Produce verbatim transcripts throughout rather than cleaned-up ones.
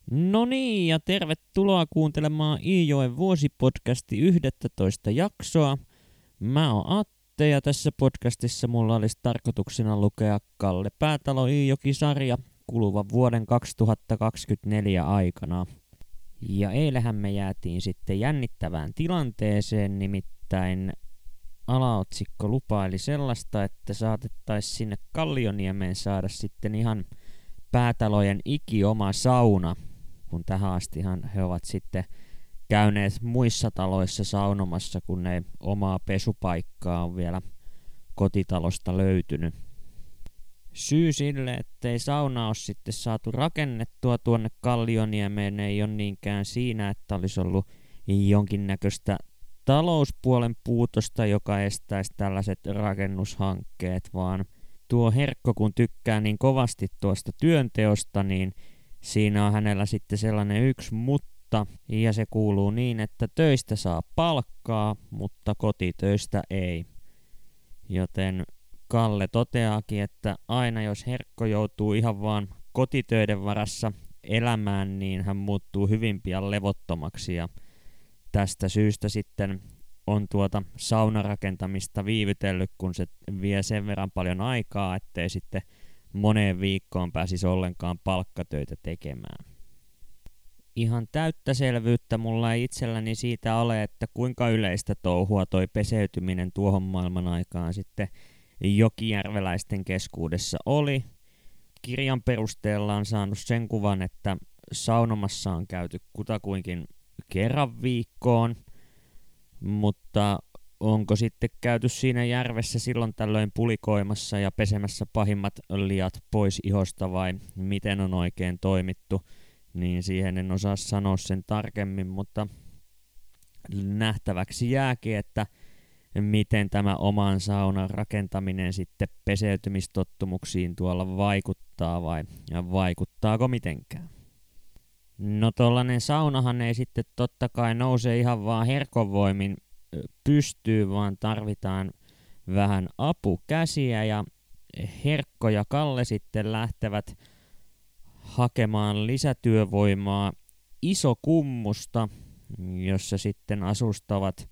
No niin, ja tervetuloa kuuntelemaan Iijoen vuosipodcasti yhdestoista jaksoa. Mä oon Atte, ja tässä podcastissa mulla olisi tarkoituksena lukea Kalle Päätalo Iijoki-sarja kuluvan vuoden kaksituhattakaksikymmentäneljä aikana. Ja eilähän me jäätiin sitten jännittävään tilanteeseen, nimittäin alaotsikko lupaili sellaista, että saatettaisiin sinne Kallioniemeen saada sitten ihan Päätalojen ikioma sauna, kun tähän astihan he ovat sitten käyneet muissa taloissa saunomassa, kun ei omaa pesupaikkaa on vielä kotitalosta löytynyt. Syy sille, ettei sauna ole sitten saatu rakennettua tuonne Kallioniemeen, ei ole niinkään siinä, että olisi ollut jonkinnäköistä talouspuolen puutosta, joka estäisi tällaiset rakennushankkeet, vaan tuo Herkko, kun tykkää niin kovasti tuosta työnteosta, niin siinä on hänellä sitten sellainen yksi mutta, ja se kuuluu niin, että töistä saa palkkaa, mutta kotitöistä ei. Joten Kalle toteaakin, että aina jos Herkko joutuu ihan vaan kotitöiden varassa elämään, niin hän muuttuu hyvin pian levottomaksi, ja tästä syystä sitten on tuota saunarakentamista viivytellyt, kun se vie sen verran paljon aikaa, ettei sitten moneen viikkoon pääsisi ollenkaan palkkatöitä tekemään. Ihan täyttä selvyyttä mulla ei itselläni siitä ole, että kuinka yleistä touhua toi peseytyminen tuohon maailman aikaan sitten jokijärveläisten keskuudessa oli. Kirjan perusteella on saanut sen kuvan, että saunomassa on käyty kutakuinkin kerran viikkoon, mutta onko sitten käyty siinä järvessä silloin tällöin pulikoimassa ja pesemässä pahimmat liat pois ihosta vai miten on oikein toimittu, niin siihen en osaa sanoa sen tarkemmin, mutta nähtäväksi jääkin, että miten tämä oman saunan rakentaminen sitten peseytymistottumuksiin tuolla vaikuttaa vai vaikuttaako mitenkään. No tollanen saunahan ei sitten totta kai nouse ihan vaan herkonvoimin pystyy, vaan tarvitaan vähän apukäsiä, ja Herkko ja Kalle sitten lähtevät hakemaan lisätyövoimaa Isokummusta, jossa sitten asustavat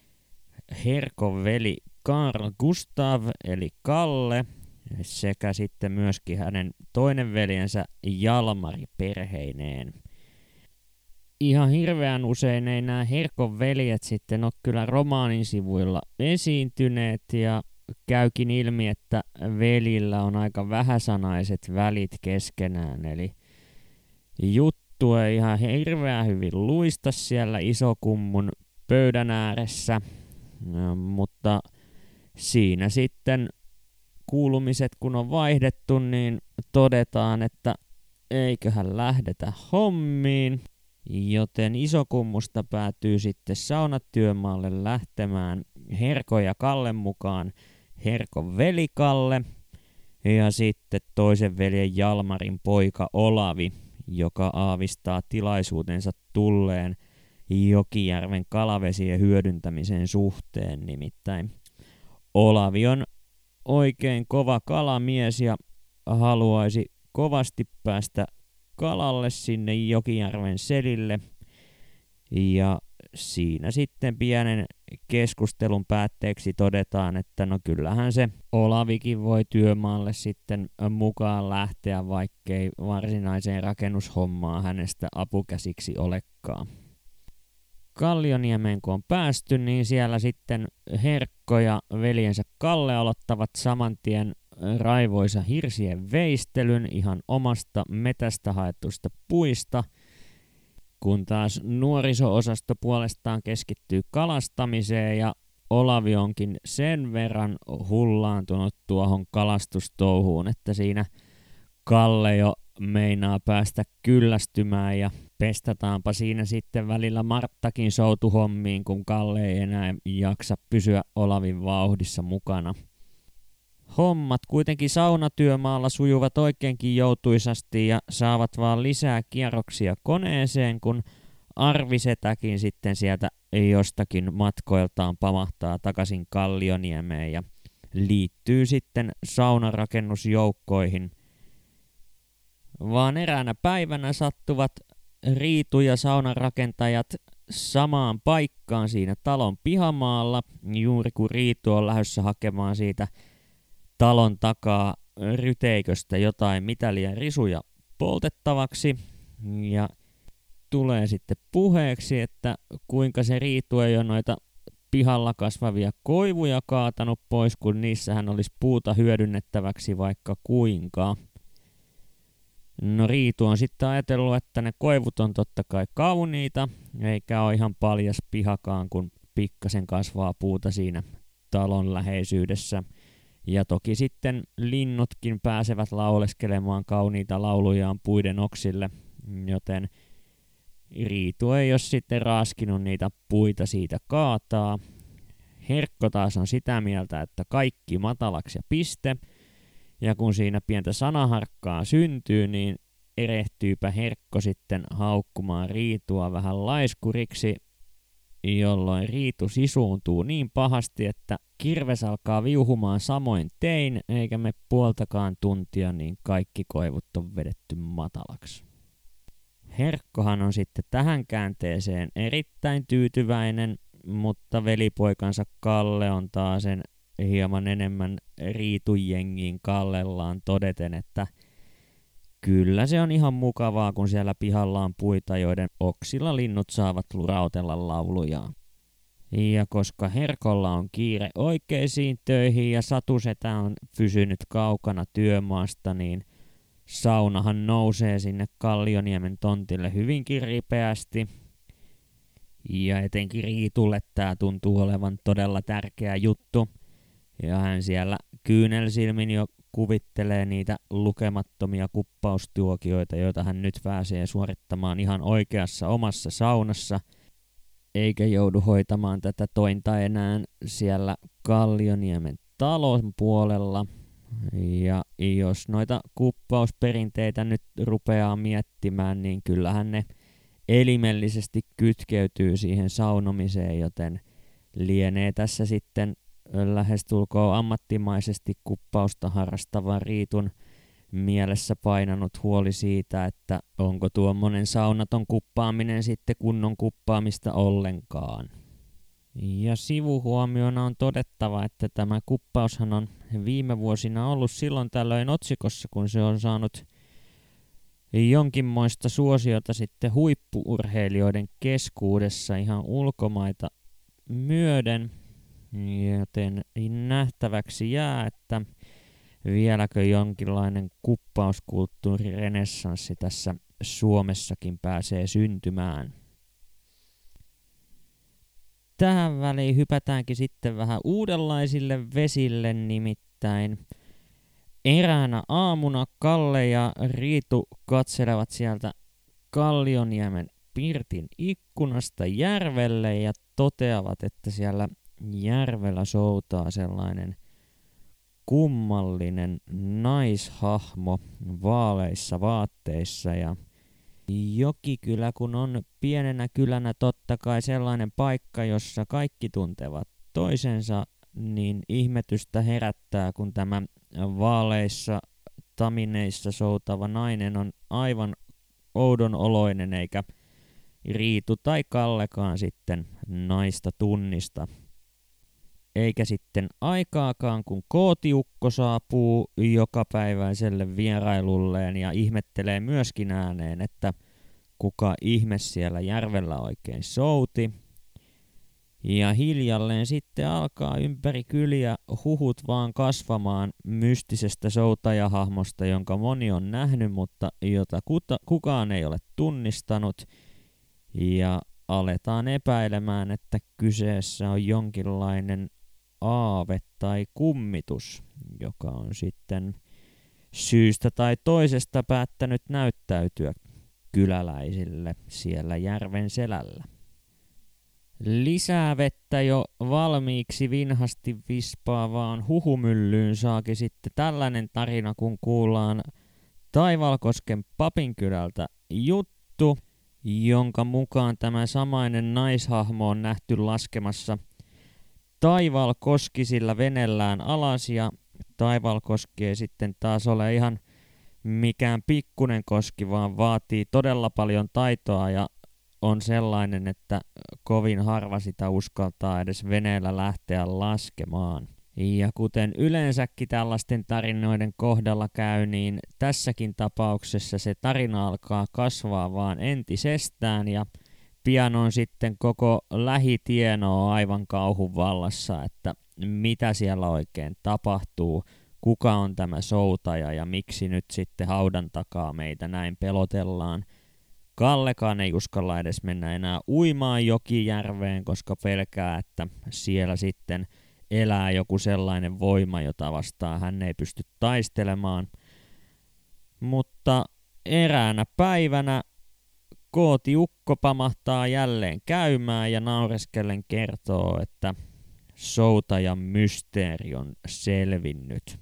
Herkon veli Carl Gustav eli Kalle sekä sitten myöskin hänen toinen veljensä Jalmari perheineen. Ihan hirveän usein ei nämä Herkon veljet sitten ole kyllä romaanin sivuilla esiintyneet, ja käykin ilmi, että velillä on aika vähäsanaiset välit keskenään, eli juttu ei ihan hirveän hyvin luista siellä Isokummun pöydän ääressä, no, mutta siinä sitten kuulumiset kun on vaihdettu, niin todetaan, että eiköhän lähdetä hommiin. Joten Isokummusta päätyy sitten saunatyömaalle lähtemään Herkon ja Kallen mukaan Herkon veli Kalle ja sitten toisen veljen Jalmarin poika Olavi, joka aavistaa tilaisuutensa tulleen Jokijärven kalavesien hyödyntämisen suhteen. Nimittäin Olavi on oikein kova kalamies ja haluaisi kovasti päästä kalalle sinne Jokijärven selille, ja siinä sitten pienen keskustelun päätteeksi todetaan, että no kyllähän se Olavikin voi työmaalle sitten mukaan lähteä, vaikkei varsinaiseen rakennushommaan hänestä apukäsiksi olekaan. Kallioniemeen kun on päästy, niin siellä sitten Herkko ja veljensä Kalle aloittavat saman tien raivoisa hirsien veistelyn ihan omasta metästä haetusta puista, kun taas nuoriso-osasto puolestaan keskittyy kalastamiseen, ja Olavi onkin sen verran hullaantunut tuohon kalastustouhuun, että siinä Kalle jo meinaa päästä kyllästymään, ja pestataanpa siinä sitten välillä Marttakin soutuhommiin, kun Kalle ei enää jaksa pysyä Olavin vauhdissa mukana. Hommat kuitenkin saunatyömaalla sujuvat oikeinkin joutuisasti ja saavat vaan lisää kierroksia koneeseen, kun Arvisetäkin sitten sieltä jostakin matkoiltaan pamahtaa takaisin Kallioniemeen ja liittyy sitten saunarakennusjoukkoihin. Vaan eräänä päivänä sattuvat Riitu ja saunarakentajat samaan paikkaan siinä talon pihamaalla, juuri kun Riitu on lähdössä hakemaan siitä talon takaa ryteiköstä jotain mitäliä risuja poltettavaksi. Ja tulee sitten puheeksi, että kuinka se Riitu ei ole noita pihalla kasvavia koivuja kaatanut pois, kun niissähän olisi puuta hyödynnettäväksi vaikka kuinka. No Riitu on sitten ajatellut, että ne koivut on totta kai kauniita, eikä ole ihan paljas pihakaan, kun pikkasen kasvaa puuta siinä talon läheisyydessä. Ja toki sitten linnutkin pääsevät lauleskelemaan kauniita laulujaan puiden oksille, joten Riitu ei ole sitten raaskinut niitä puita siitä kaataa. Herkko taas on sitä mieltä, että kaikki matalaksi ja piste. Ja kun siinä pientä sanaharkkaa syntyy, niin erehtyypä Herkko sitten haukkumaan Riitua vähän laiskuriksi, jolloin Riitu sisuuntuu niin pahasti, että kirves alkaa viuhumaan samoin tein, eikä me puoltakaan tuntia, niin kaikki koivut on vedetty matalaksi. Herkkohan on sitten tähän käänteeseen erittäin tyytyväinen, mutta velipoikansa Kalle on taas sen hieman enemmän Riitujengiin kallellaan todeten, että kyllä se on ihan mukavaa, kun siellä pihalla on puita, joiden oksilla linnut saavat lurautella laulujaan. Ja koska Herkolla on kiire oikeisiin töihin ja Satusetä on pysynyt kaukana työmaasta, niin saunahan nousee sinne Kallioniemen tontille hyvinkin ripeästi. Ja etenkin Riitulle tämä tuntuu olevan todella tärkeä juttu. Ja hän siellä kyynelsilmin jo kuvittelee niitä lukemattomia kuppaustuokioita, joita hän nyt pääsee suorittamaan ihan oikeassa omassa saunassa, eikä joudu hoitamaan tätä tointa enää siellä Kallioniemen talon puolella. Ja jos noita kuppausperinteitä nyt rupeaa miettimään, niin kyllähän ne elimellisesti kytkeytyy siihen saunomiseen, joten lienee tässä sitten lähestulkoon ammattimaisesti kuppausta harrastavan Riitun mielessä painanut huoli siitä, että onko tuommoinen saunaton kuppaaminen sitten kunnon kuppaamista ollenkaan. Ja sivuhuomiona on todettava, että tämä kuppaushan on viime vuosina ollut silloin tällöin otsikossa, kun se on saanut jonkinmoista suosiota sitten huippu-urheilijoiden keskuudessa ihan ulkomaita myöden, joten nähtäväksi jää, että vieläkö jonkinlainen kuppauskulttuurirenessanssi tässä Suomessakin pääsee syntymään. Tähän väliin hypätäänkin sitten vähän uudenlaisille vesille, nimittäin eräänä aamuna Kalle ja Riitu katselevat sieltä Kallioniemen pirtin ikkunasta järvelle ja toteavat, että siellä järvellä soutaa sellainen kummallinen naishahmo vaaleissa vaatteissa. Ja Jokikylä kun on pienenä kylänä totta kai sellainen paikka, jossa kaikki tuntevat toisensa, niin ihmetystä herättää, kun tämä vaaleissa tamineissa soutava nainen on aivan oudon oloinen, eikä Riitu tai Kallekaan sitten naista tunnista. Eikä sitten aikaakaan, kun kootiukko saapuu jokapäiväiselle vierailulleen ja ihmettelee myöskin ääneen, että kuka ihme siellä järvellä oikein souti. Ja hiljalleen sitten alkaa ympäri kyliä huhut vaan kasvamaan mystisestä soutajahahmosta, jonka moni on nähnyt, mutta jota kuta, kukaan ei ole tunnistanut. Ja aletaan epäilemään, että kyseessä on jonkinlainen aave tai kummitus, joka on sitten syystä tai toisesta päättänyt näyttäytyä kyläläisille siellä järven selällä. Lisää vettä jo valmiiksi vinhasti vispaavaan huhumyllyyn saakin sitten tällainen tarina, kun kuullaan Taivalkosken Papinkylältä juttu, jonka mukaan tämä samainen naishahmo on nähty laskemassa Taivalkoskisilla venellään alas, ja Taivalkoski ei sitten taas ole ihan mikään pikkunen koski, vaan vaatii todella paljon taitoa ja on sellainen, että kovin harva sitä uskaltaa edes veneellä lähteä laskemaan. Ja kuten yleensäkin tällaisten tarinoiden kohdalla käy, niin tässäkin tapauksessa se tarina alkaa kasvaa vaan entisestään ja pian on sitten koko lähitieno aivan kauhun vallassa, että mitä siellä oikein tapahtuu, kuka on tämä soutaja ja miksi nyt sitten haudan takaa meitä näin pelotellaan. Kallekaan ei uskalla edes mennä enää uimaan Jokijärveen, koska pelkää, että siellä sitten elää joku sellainen voima, jota vastaan hän ei pysty taistelemaan. Mutta eräänä päivänä Kootiukko pamahtaa jälleen käymään ja naureskellen kertoo, että soutajan mysteeri on selvinnyt.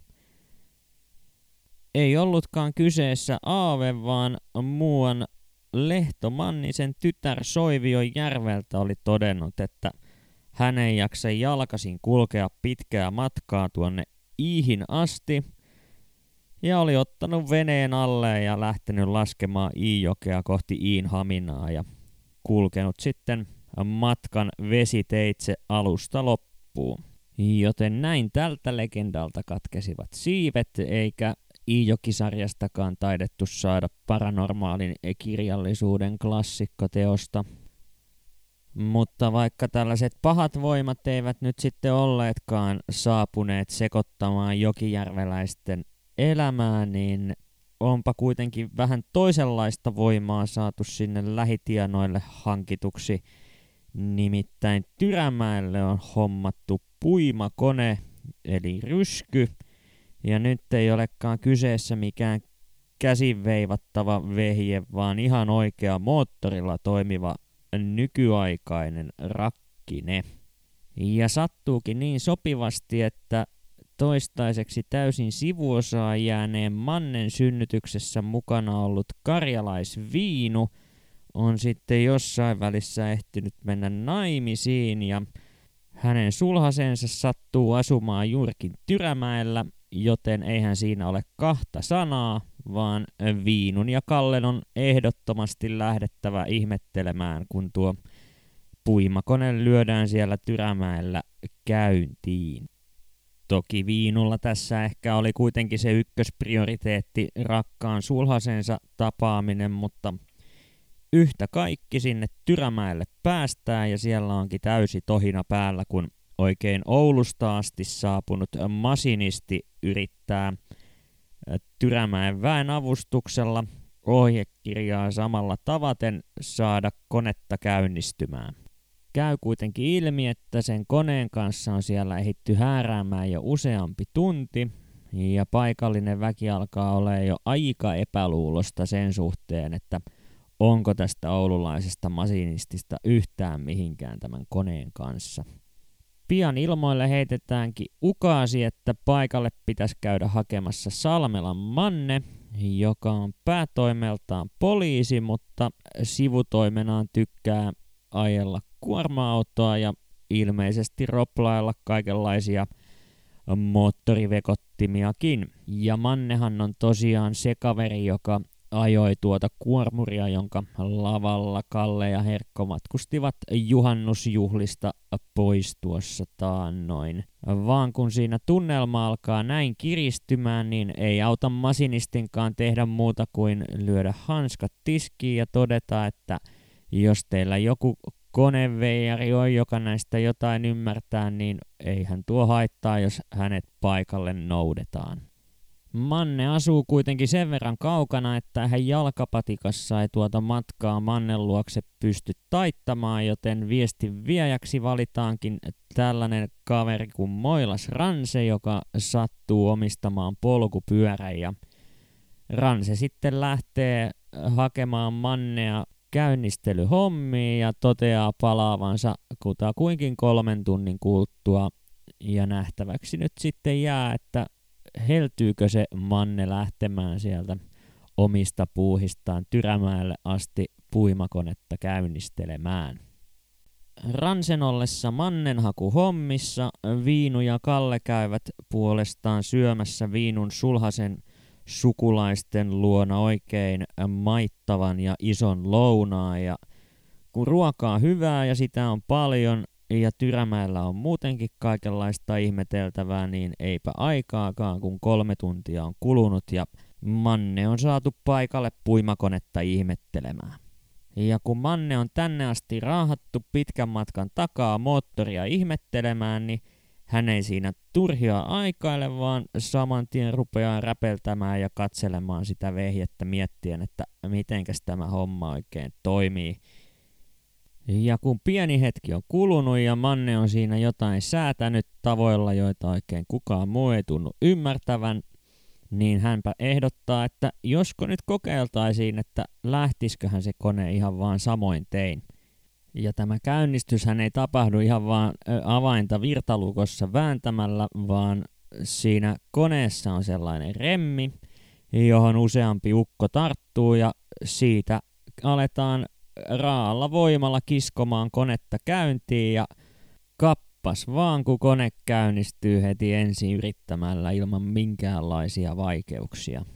Ei ollutkaan kyseessä aave, vaan muuan Lehto Mannisen tytär Soivion järveltä oli todennut, että hän ei jaksa jalkaisin kulkea pitkää matkaa tuonne Iihin asti ja oli ottanut veneen alle ja lähtenyt laskemaan Iijokea kohti Iin haminaa ja kulkenut sitten matkan vesiteitse alusta loppuun. Joten näin tältä legendalta katkesivat siivet, eikä Iijoki-sarjastakaan taidettu saada paranormaalin kirjallisuuden klassikkoteosta. Mutta vaikka tällaiset pahat voimat eivät nyt sitten olleetkaan saapuneet sekoittamaan jokijärveläisten elämää, niin onpa kuitenkin vähän toisenlaista voimaa saatu sinne lähitienoille hankituksi. Nimittäin Tyrämäelle on hommattu puimakone, eli rysky, ja nyt ei olekaan kyseessä mikään käsin veivattava vehje, vaan ihan oikea moottorilla toimiva nykyaikainen rakkine. Ja sattuukin niin sopivasti, että toistaiseksi täysin sivuosaan jääneen Mannen synnytyksessä mukana ollut karjalaisviinu on sitten jossain välissä ehtinyt mennä naimisiin ja hänen sulhasensa sattuu asumaan juurikin Tyrämäellä, joten eihän siinä ole kahta sanaa, vaan Viinun ja Kallen on ehdottomasti lähdettävä ihmettelemään, kun tuo puimakone lyödään siellä Tyrämäellä käyntiin. Toki Viinulla tässä ehkä oli kuitenkin se ykkösprioriteetti rakkaan sulhasensa tapaaminen, mutta yhtä kaikki sinne Tyrämäelle päästään ja siellä onkin täysi tohina päällä, kun oikein Oulusta asti saapunut masinisti yrittää Tyrämäen väen avustuksella ohjekirjaa samalla tavaten saada konetta käynnistymään. Käy kuitenkin ilmi, että sen koneen kanssa on siellä ehditty hääräämään jo useampi tunti, ja paikallinen väki alkaa olla jo aika epäluulosta sen suhteen, että onko tästä oululaisesta masinistista yhtään mihinkään tämän koneen kanssa. Pian ilmoille heitetäänkin ukaasi, että paikalle pitäisi käydä hakemassa Salmelan Manne, joka on päätoimeltaan poliisi, mutta sivutoimenaan tykkää ajella kuorma-autoa ja ilmeisesti roplailla kaikenlaisia moottorivekottimiakin. Ja Mannehan on tosiaan se kaveri, joka ajoi tuota kuormuria, jonka lavalla Kalle ja Herkko matkustivat juhannusjuhlista pois tuossa taannoin. Vaan kun siinä tunnelma alkaa näin kiristymään, niin ei auta masinistinkaan tehdä muuta kuin lyödä hanskat tiskiin ja todeta, että jos teillä joku koneveijari on, joka näistä jotain ymmärtää, niin eihän tuo haittaa, jos hänet paikalle noudetaan. Manne asuu kuitenkin sen verran kaukana, että hän jalkapatikassa ei tuota matkaa Mannen luokse pysty taittamaan, joten viestin viejäksi valitaankin tällainen kaveri kuin Moilas Ranse, joka sattuu omistamaan polkupyörän. Ja Ranse sitten lähtee hakemaan Mannea käynnistelyhommiin ja toteaa palaavansa kutakuinkin kolmen tunnin kuluttua. Ja nähtäväksi nyt sitten jää, että heltyykö se Manne lähtemään sieltä omista puuhistaan Tyrämäelle asti puimakonetta käynnistelemään. Ransen ollessa Mannenhaku hommissa Viinu ja Kalle käyvät puolestaan syömässä Viinun sulhasen sukulaisten luona oikein maittavan ja ison lounaan. Ja kun ruokaa on hyvää ja sitä on paljon ja Tyrämäellä on muutenkin kaikenlaista ihmeteltävää, niin eipä aikaakaan, kun kolme tuntia on kulunut ja Manne on saatu paikalle puimakonetta ihmettelemään. Ja kun Manne on tänne asti raahattu pitkän matkan takaa moottoria ihmettelemään, niin hän ei siinä turhia aikaile, vaan saman tien rupeaa räpeltämään ja katselemaan sitä vehjettä miettien, että mitenkäs tämä homma oikein toimii. Ja kun pieni hetki on kulunut ja Manne on siinä jotain säätänyt tavoilla, joita oikein kukaan muu ei tunnu ymmärtävän, niin hänpä ehdottaa, että josko nyt kokeiltaisiin, että lähtisiköhän se kone ihan vaan samoin tein. Ja tämä käynnistyshän ei tapahdu ihan vaan avainta virtalukossa vääntämällä, vaan siinä koneessa on sellainen remmi, johon useampi ukko tarttuu ja siitä aletaan raalla voimalla kiskomaan konetta käyntiin ja kappas vaan, kun kone käynnistyy heti ensin yrittämällä ilman minkäänlaisia vaikeuksia.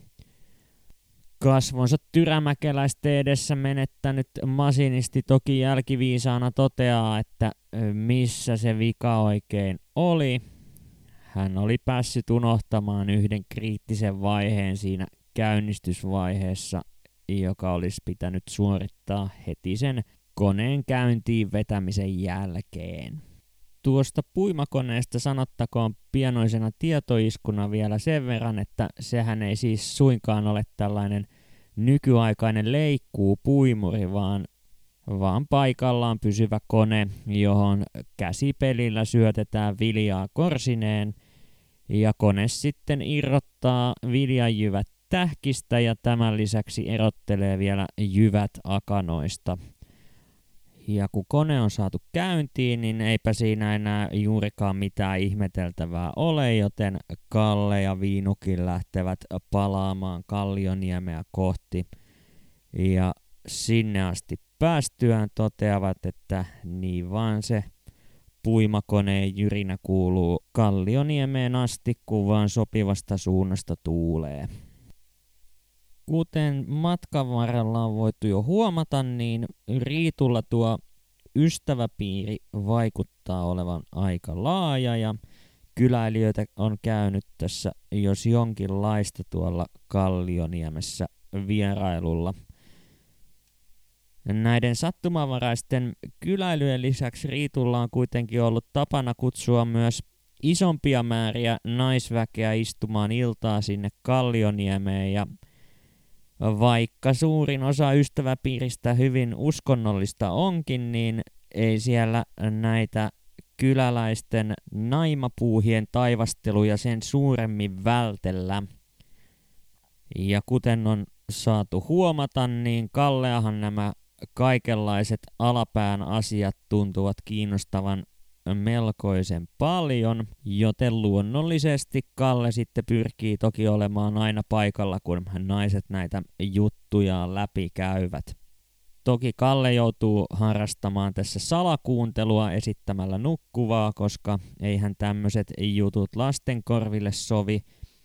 Kasvonsa tyrämäkeläisten edessä menettänyt masinisti toki jälkiviisaana toteaa, että missä se vika oikein oli. Hän oli päässyt unohtamaan yhden kriittisen vaiheen siinä käynnistysvaiheessa, joka olisi pitänyt suorittaa heti sen koneen käyntiin vetämisen jälkeen. Tuosta puimakoneesta sanottakoon pienoisena tietoiskuna vielä sen verran, että sehän ei siis suinkaan ole tällainen nykyaikainen leikkuupuimuri, vaan, vaan paikallaan pysyvä kone, johon käsipelillä syötetään viljaa korsineen, ja kone sitten irrottaa viljanjyvät tähkistä ja tämän lisäksi erottelee vielä jyvät akanoista. Ja kun kone on saatu käyntiin, niin eipä siinä enää juurikaan mitään ihmeteltävää ole, joten Kalle ja Viinukin lähtevät palaamaan Kallioniemeä kohti. Ja sinne asti päästyään toteavat, että niin vaan se puimakoneen jyrinä kuuluu Kallioniemeen asti, kun vaan sopivasta suunnasta tuulee. Kuten matkan varrella on voitu jo huomata, niin Riitulla tuo ystäväpiiri vaikuttaa olevan aika laaja ja kyläilijöitä on käynyt tässä jos jonkinlaista tuolla Kallioniemessä vierailulla. Näiden sattumanvaraisten kyläilyjen lisäksi Riitulla on kuitenkin ollut tapana kutsua myös isompia määriä naisväkeä istumaan iltaa sinne Kallioniemeen ja vaikka suurin osa ystäväpiiristä hyvin uskonnollista onkin, niin ei siellä näitä kyläläisten naimapuuhien taivasteluja sen suuremmin vältellä. Ja kuten on saatu huomata, niin Kalleahan nämä kaikenlaiset alapään asiat tuntuvat kiinnostavan melkoisen paljon, joten luonnollisesti Kalle sitten pyrkii toki olemaan aina paikalla, kun naiset näitä juttujaan läpi käyvät. Toki Kalle joutuu harrastamaan tässä salakuuntelua esittämällä nukkuvaa, koska eihän tämmöiset jutut lasten korville sovi.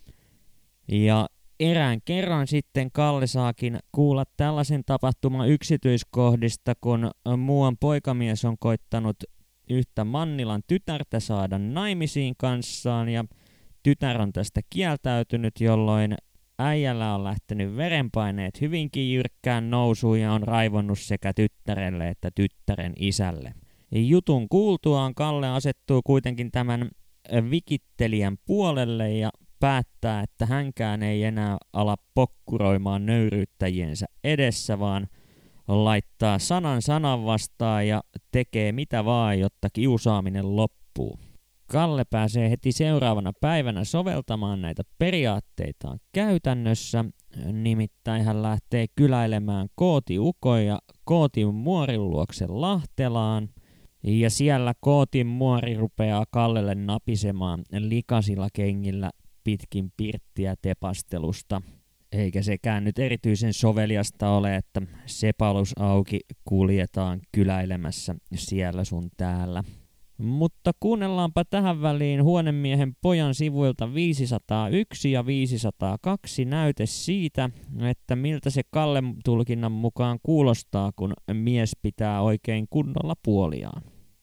Ja erään kerran sitten Kalle saakin kuulla tällaisen tapahtuman yksityiskohdista, kun muuan poikamies on koittanut yhtä Mannilan tytärtä saada naimisiin kanssaan ja tytär on tästä kieltäytynyt, jolloin äijällä on lähtenyt verenpaineet hyvinkin jyrkkään nousuun ja on raivonnut sekä tyttärelle että tyttären isälle. Jutun kuultuaan Kalle asettuu kuitenkin tämän vikittelijän puolelle ja päättää, että hänkään ei enää ala pokkuroimaan nöyryyttäjiensä edessä, vaan laittaa sanan sanan vastaan ja tekee mitä vaan, jotta kiusaaminen loppuu. Kalle pääsee heti seuraavana päivänä soveltamaan näitä periaatteitaan käytännössä, nimittäin hän lähtee kyläilemään Kooti Ukon ja Kootin muorin luokse Lahtelaan, ja siellä Kootin muori rupeaa Kallelle napisemaan likaisilla kengillä pitkin pirttiä tepastelusta. Eikä sekään nyt erityisen soveliasta ole, että sepalus auki kuljetaan kyläilemässä siellä sun täällä. Mutta kuunnellaanpa tähän väliin Huonemiehen pojan sivuilta viisisataayksi ja viisisataakaksi näyte siitä, että miltä se Kallen tulkinnan mukaan kuulostaa, kun mies pitää oikein kunnolla puoliaan.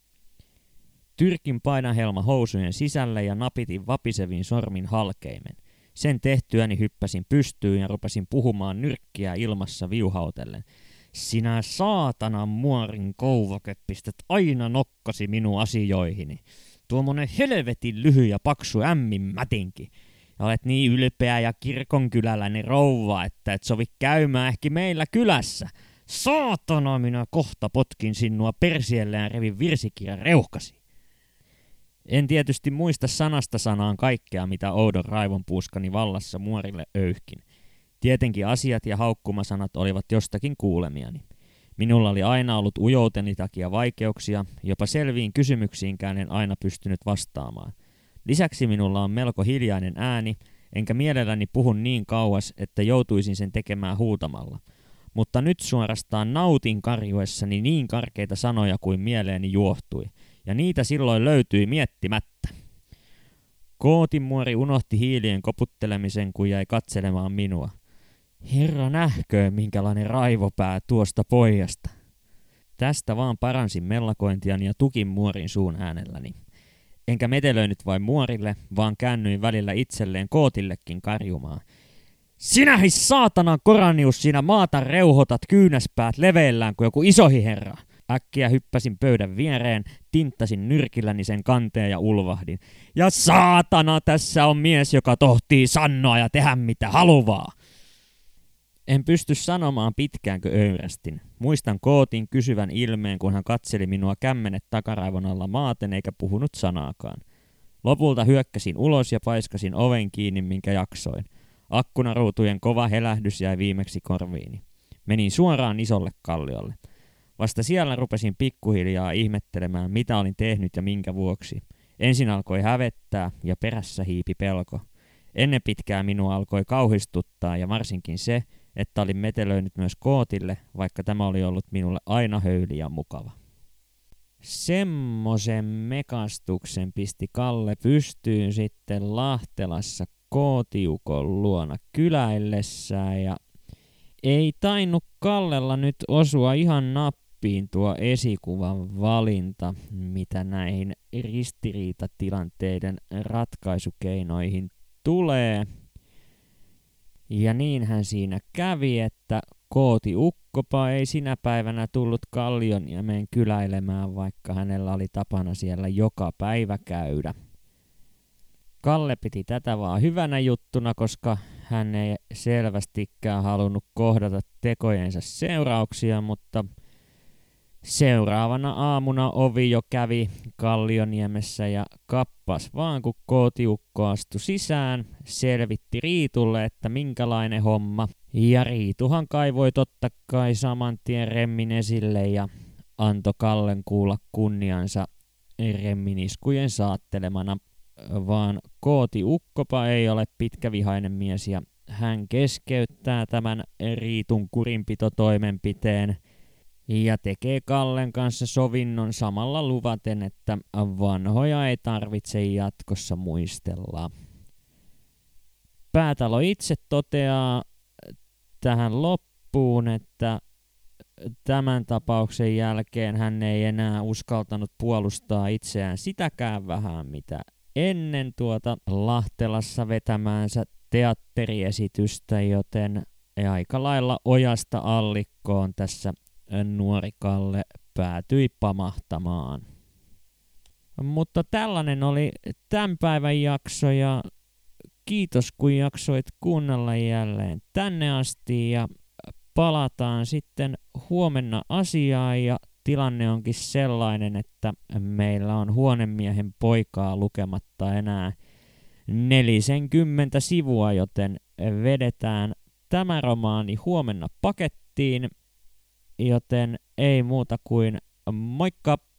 Tyrkin painahelma housujen sisälle ja napitin vapisevin sormin halkeimen. Sen tehtyäni hyppäsin pystyyn ja rupesin puhumaan nyrkkiä ilmassa viuhautellen. Sinä saatanan muorin kouvake pistät aina nokkasi minun asioihini. Tuommoinen helvetin lyhy ja paksu ämmin mätinki. Ja olet niin ylpeä ja kirkonkyläläinen rouva, että et sovi käymään ehkä meillä kylässä. Saatana, minä kohta potkin sinua persielle ja revin virsikirjan reuhkasi. En tietysti muista sanasta sanaan kaikkea, mitä oudon raivon puuskani vallassa muorille öyhkin. Tietenkin asiat ja haukkumasanat olivat jostakin kuulemiani. Minulla oli aina ollut ujouteni takia vaikeuksia, jopa selviin kysymyksiinkään en aina pystynyt vastaamaan. Lisäksi minulla on melko hiljainen ääni, enkä mielelläni puhu niin kauas, että joutuisin sen tekemään huutamalla. Mutta nyt suorastaan nautin karjuessani niin karkeita sanoja kuin mieleeni juohtui, ja niitä silloin löytyi miettimättä. Kootinmuori unohti hiilien koputtelemisen, kun jäi katselemaan minua. Herra nähköön, minkälainen raivopää tuosta pojasta. Tästä vaan paransin mellakointiani ja tukin muorin suun äänelläni. Enkä metelöinyt vain muorille, vaan käännyin välillä itselleen Kootillekin karjumaan. Sinähi saatanan koranius, sinä maata reuhotat kyynäspäät leveillään kuin joku isohi herra. Äkkiä hyppäsin pöydän viereen, tinttasin nyrkilläni sen kanteen ja ulvahdin. Ja saatana, tässä on mies, joka tohtii sanoa ja tehdä mitä haluvaa. En pysty sanomaan pitkäänkö öyrästin. Muistan Kootin kysyvän ilmeen, kun hän katseli minua kämmenet takaraivon alla maaten eikä puhunut sanaakaan. Lopulta hyökkäsin ulos ja paiskasin oven kiinni, minkä jaksoin. Akkunaruutujen kova helähdys jäi viimeksi korviini. Menin suoraan isolle kalliolle. Vasta siellä rupesin pikkuhiljaa ihmettelemään, mitä olin tehnyt ja minkä vuoksi. Ensin alkoi hävettää ja perässä hiipi pelko. Ennen pitkää minua alkoi kauhistuttaa ja varsinkin se, että olin metelöinyt myös Kootille, vaikka tämä oli ollut minulle aina höyli ja mukava. Semmoisen mekastuksen pisti Kalle pystyyn sitten Lahtelassa Kootiukon luona kyläillessään ja ei tainnut Kallella nyt osua ihan nappiin tuo esikuvan valinta, mitä näihin ristiriitatilanteiden ratkaisukeinoihin tulee. Ja niinhän siinä kävi, että Kooti-ukkopa ei sinä päivänä tullut Kallionniemeen kyläilemään, vaikka hänellä oli tapana siellä joka päivä käydä. Kalle piti tätä vaan hyvänä juttuna, koska hän ei selvästikään halunnut kohdata tekojensa seurauksia, mutta seuraavana aamuna ovi jo kävi Kallioniemessä ja kappas vaan kun Kootiukko astui sisään, selvitti Riitulle, että minkälainen homma. Ja Riituhan kaivoi totta kai saman tien remmin esille ja antoi Kallen kuulla kunniansa remminiskujen saattelemana, vaan Kooti-ukkopa ei ole pitkävihainen mies ja hän keskeyttää tämän Riitun kurinpitotoimenpiteen ja tekee Kallen kanssa sovinnon samalla luvaten, että vanhoja ei tarvitse jatkossa muistella. Päätalo itse toteaa tähän loppuun, että tämän tapauksen jälkeen hän ei enää uskaltanut puolustaa itseään sitäkään vähän, mitä ennen tuota Lahtelassa vetämäänsä teatteriesitystä, joten aika lailla ojasta allikkoon tässä nuori Kalle päätyi pamahtamaan. Mutta tällainen oli tämän päivän jakso ja kiitos kun jaksoit kuunnella jälleen tänne asti ja palataan sitten huomenna asiaan ja tilanne onkin sellainen, että meillä on Huonemiehen poikaa lukematta enää nelisenkymmentä sivua, joten vedetään tämä romaani huomenna pakettiin, joten ei muuta kuin moikka!